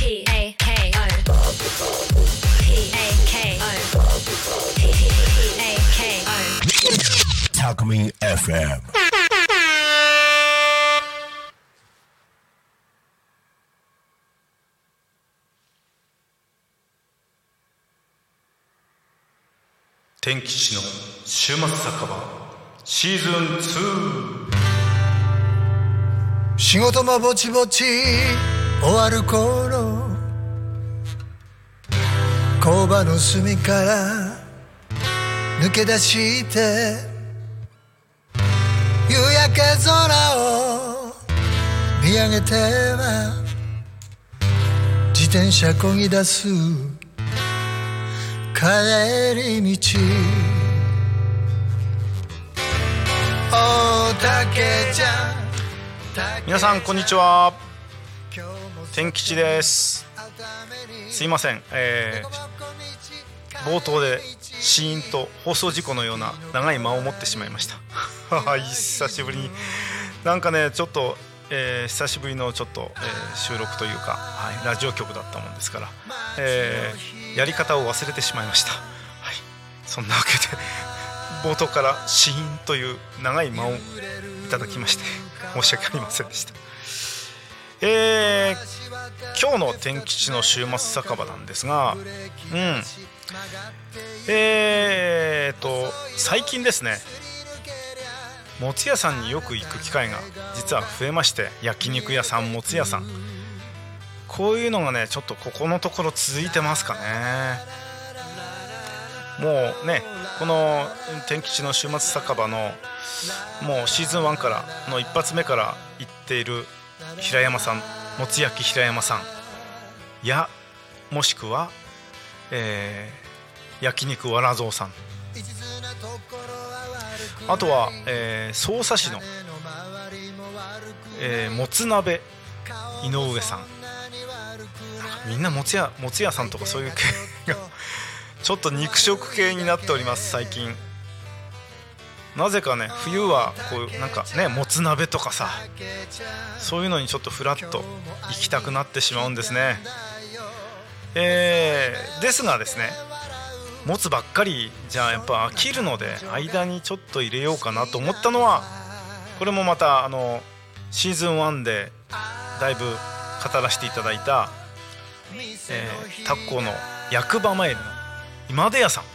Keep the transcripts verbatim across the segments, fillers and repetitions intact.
P A K O P A K O P A K O タクミン エフエム。 天吉の週末酒場シーズンツー。 仕事もぼちぼち終わる頃、工場の隅から抜け出して夕焼け空を見上げては自転車こぎ出す帰り道。おたけちゃん、 皆さんこんにちは、天吉です。すいません、えー、冒頭でシーンと放送事故のような長い間を持ってしまいました久しぶりになんかねちょっと、えー、久しぶりのちょっと、えー、収録というか、はい、ラジオ局だったもんですから、えー、やり方を忘れてしまいました、はい、そんなわけで冒頭からシーンという長い間をいただきまして申し訳ありませんでした。えー、今日の天吉の週末酒場なんですが、うんえーと最近ですね、もつ屋さんによく行く機会が実は増えまして、焼肉屋さん、もつ屋さん、こういうのがねちょっとここのところ続いてますかね。もうねこの天吉の週末酒場のもうシーズンワンからの一発目から行っている平山さん、もつ焼き平山さんやもしくは、えー、焼肉わらぞうさん、あとは、えー、匝瑳市の、えー、もつ鍋井上さん、みんなもつ屋、もつ屋さんとかそういう系がちょっと肉食系になっております最近。なぜかね冬はこうなんかねもつ鍋とかさ、そういうのにちょっとフラッと行きたくなってしまうんですね。えー、ですがですね、もつばっかりじゃあやっぱ飽きるので間にちょっと入れようかなと思ったのは、これもまたあのシーズンワンでだいぶ語らせていただいた、えー、タッコの役場参りの今出屋さん。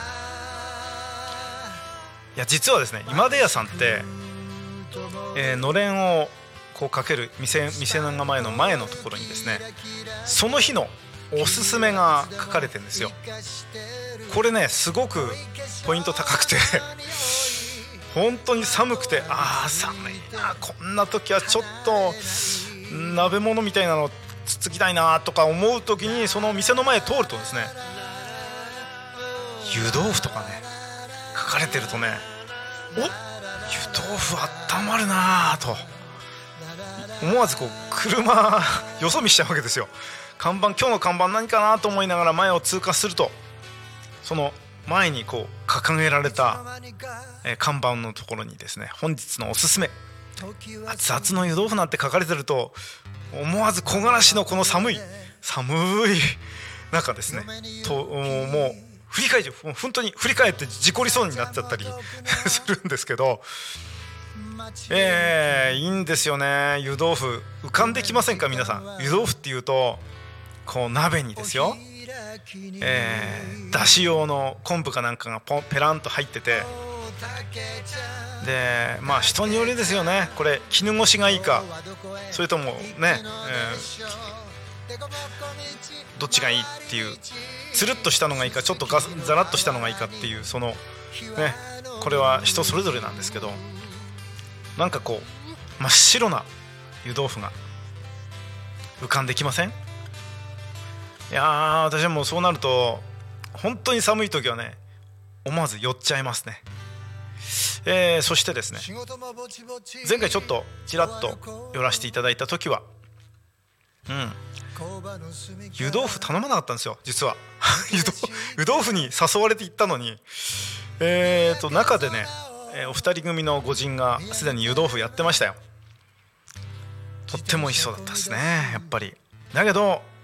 いや実はですね、今出屋さんって、えー、のれんをこうかける 店, 店の名前の前のところにですね、その日のおすすめが書かれてるんですよ。これねすごくポイント高くて本当に寒くて、あー寒いな、こんな時はちょっと鍋物みたいなのつつきたいなとか思う時に、その店の前通るとですね、湯豆腐とかね書かれてるとね、お、湯豆腐あったまるなと思わずこう車よそ見しちゃうわけですよ。看板、今日の看板何かなと思いながら前を通過すると、その前にこう掲げられた、えー、看板のところにですね、本日のおすすめ熱々の湯豆腐なんて書かれてると、思わず木枯らしのこの寒い寒い中ですねともう振り返って本当に振り返って事故りそうになっちゃったりするんですけど、えー、いいんですよね。湯豆腐浮かんできませんか皆さん。湯豆腐っていうとこう鍋にですよ、えー、だし用の昆布かなんかがポンペランと入ってて、でまあ人によりですよね、これ絹ごしがいいかそれともね、えー、どっちがいいっていう、つるっとしたのがいいかちょっとガザラッとしたのがいいかっていう、そのねこれは人それぞれなんですけど、なんかこう真っ白な湯豆腐が浮かんできません？いやー、私はもうそうなると本当に寒い時はね思わず寄っちゃいますね。えー、そしてですね、前回ちょっとちらっと寄らせていただいた時は、うん湯豆腐頼まなかったんですよ実は湯豆腐に誘われて行ったのに、えーと中でね、えー、お二人組の御仁がすでに湯豆腐やってましたよ。とっても美味しそうだったですねやっぱり。だけど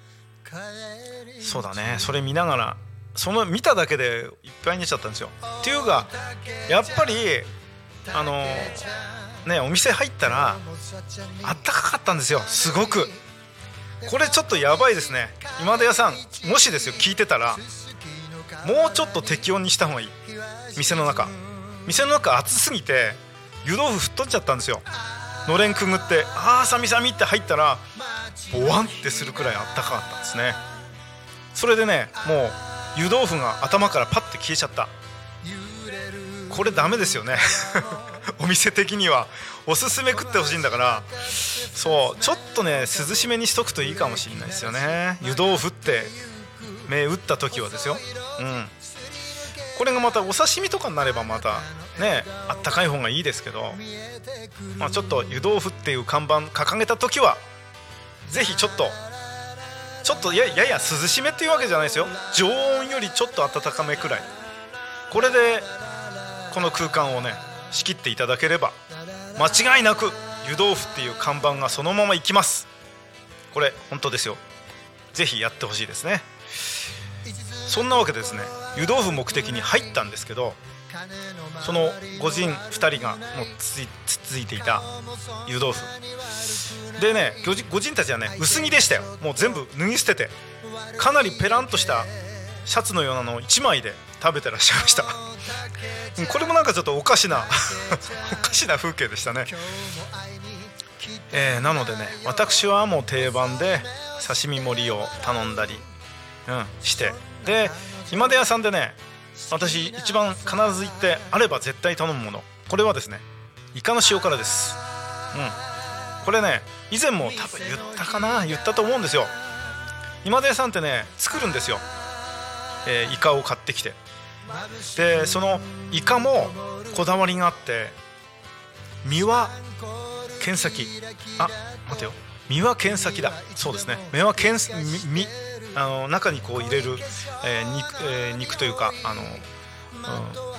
そうだね、それ見ながらその見ただけでいっぱいになっちゃったんですよ。っていうかやっぱりあのねお店入ったらあったかかったんですよ、すごく。これちょっとやばいですね。今田屋さんもしですよ聞いてたらもうちょっと適温にした方がいい。店の中店の中暑すぎて湯豆腐吹っ飛んじゃったんですよ。のれんくぐってあーさみさみって入ったらボワンってするくらいあったかかったんですね。それでねもう湯豆腐が頭からパッて消えちゃった。これダメですよねお店的にはおすすめ食ってほしいんだから、そうちょっとね涼しめにしとくといいかもしれないですよね。湯豆腐って目打った時はですよ。うんこれがまたお刺身とかになればまたねあったかい方がいいですけど、まあ、ちょっと湯豆腐っていう看板掲げた時はぜひちょっとちょっとややや涼しめっていうわけじゃないですよ。常温よりちょっと暖かめくらい、これでこの空間をね仕切っていただければ間違いなく湯豆腐っていう看板がそのままいきます。これ本当ですよ。ぜひやってほしいですね。そんなわけでですね湯豆腐目的に入ったんですけど、その御仁ふたりがもうついつついていた湯豆腐でね、御仁たちはね薄着でしたよ。もう全部脱ぎ捨ててかなりペランとしたシャツのようなのをいちまいで食べてらっしゃいましたこれもなんかちょっとおかしなおかしな風景でしたね。えー、なのでね私はもう定番で刺身盛りを頼んだり、うん、してで今田屋さんでね私一番必ず行ってあれば絶対頼むもの、これはですねイカの塩辛です。うんこれね以前も多分言ったかな言ったと思うんですよ。今田屋さんってね作るんですよ、えー、イカを買ってきて、でそのイカもこだわりがあって、身は剣先、あ待てよ身は剣先だそうですね身は剣身あの中にこう入れる、えー 肉, えー、肉というかあの、うん、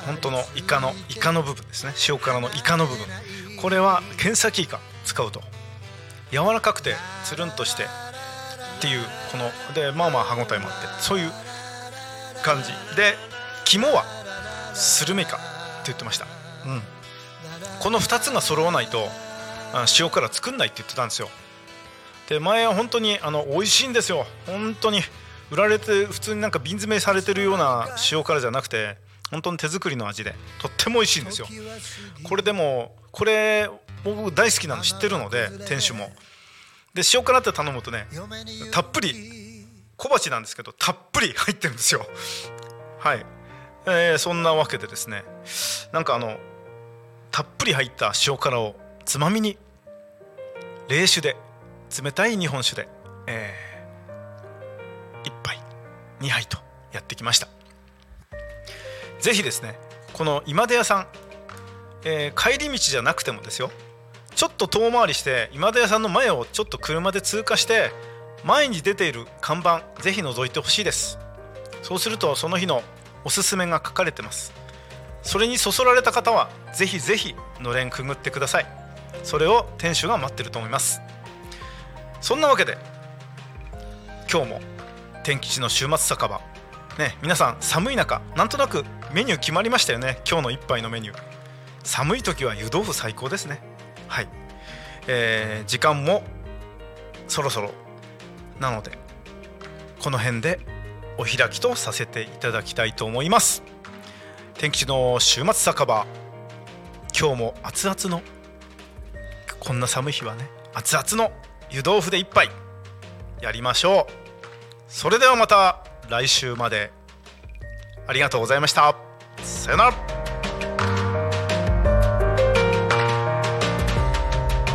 本当のイカのイカの部分ですね。塩辛のイカの部分、これは剣先イカ使うと柔らかくてつるんとしてっていうこのでまあまあ歯ごたえもあってそういう感じで、肝はスルメイカって言ってました。うん、このふたつが揃わないと塩辛作んないって言ってたんですよ。で前は本当にあの美味しいんですよ。本当に売られて普通になんか瓶詰めされてるような塩辛じゃなくて本当に手作りの味でとっても美味しいんですよ。これでもこれ僕大好きなの知ってるので店主もで塩辛って頼むとねたっぷり小鉢なんですけどたっぷり入ってるんですよ。はい、えー、そんなわけでですねなんかあのたっぷり入った塩辛をつまみに冷酒で冷たい日本酒で、えー、いっぱいにはいとやってきました。ぜひですねこの今田屋さん、えー、帰り道じゃなくてもですよちょっと遠回りして今田屋さんの前をちょっと車で通過して前に出ている看板ぜひ覗いてほしいです。そうするとその日のおすすめが書かれてます。それにそそられた方はぜひぜひのれんくぐってください。それを店主が待ってると思います。そんなわけで今日も天吉の週末酒場ね、皆さん寒い中なんとなくメニュー決まりましたよね。今日の一杯のメニュー、寒い時は湯豆腐最高ですね。はい、えー、時間もそろそろなのでこの辺でお開きとさせていただきたいと思います。天吉の週末酒場、今日も熱々のこんな寒い日はね熱々の湯豆腐で一杯やりましょう。それではまた来週までありがとうございました。さよなら。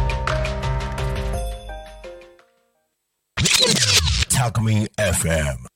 タクミン エフエム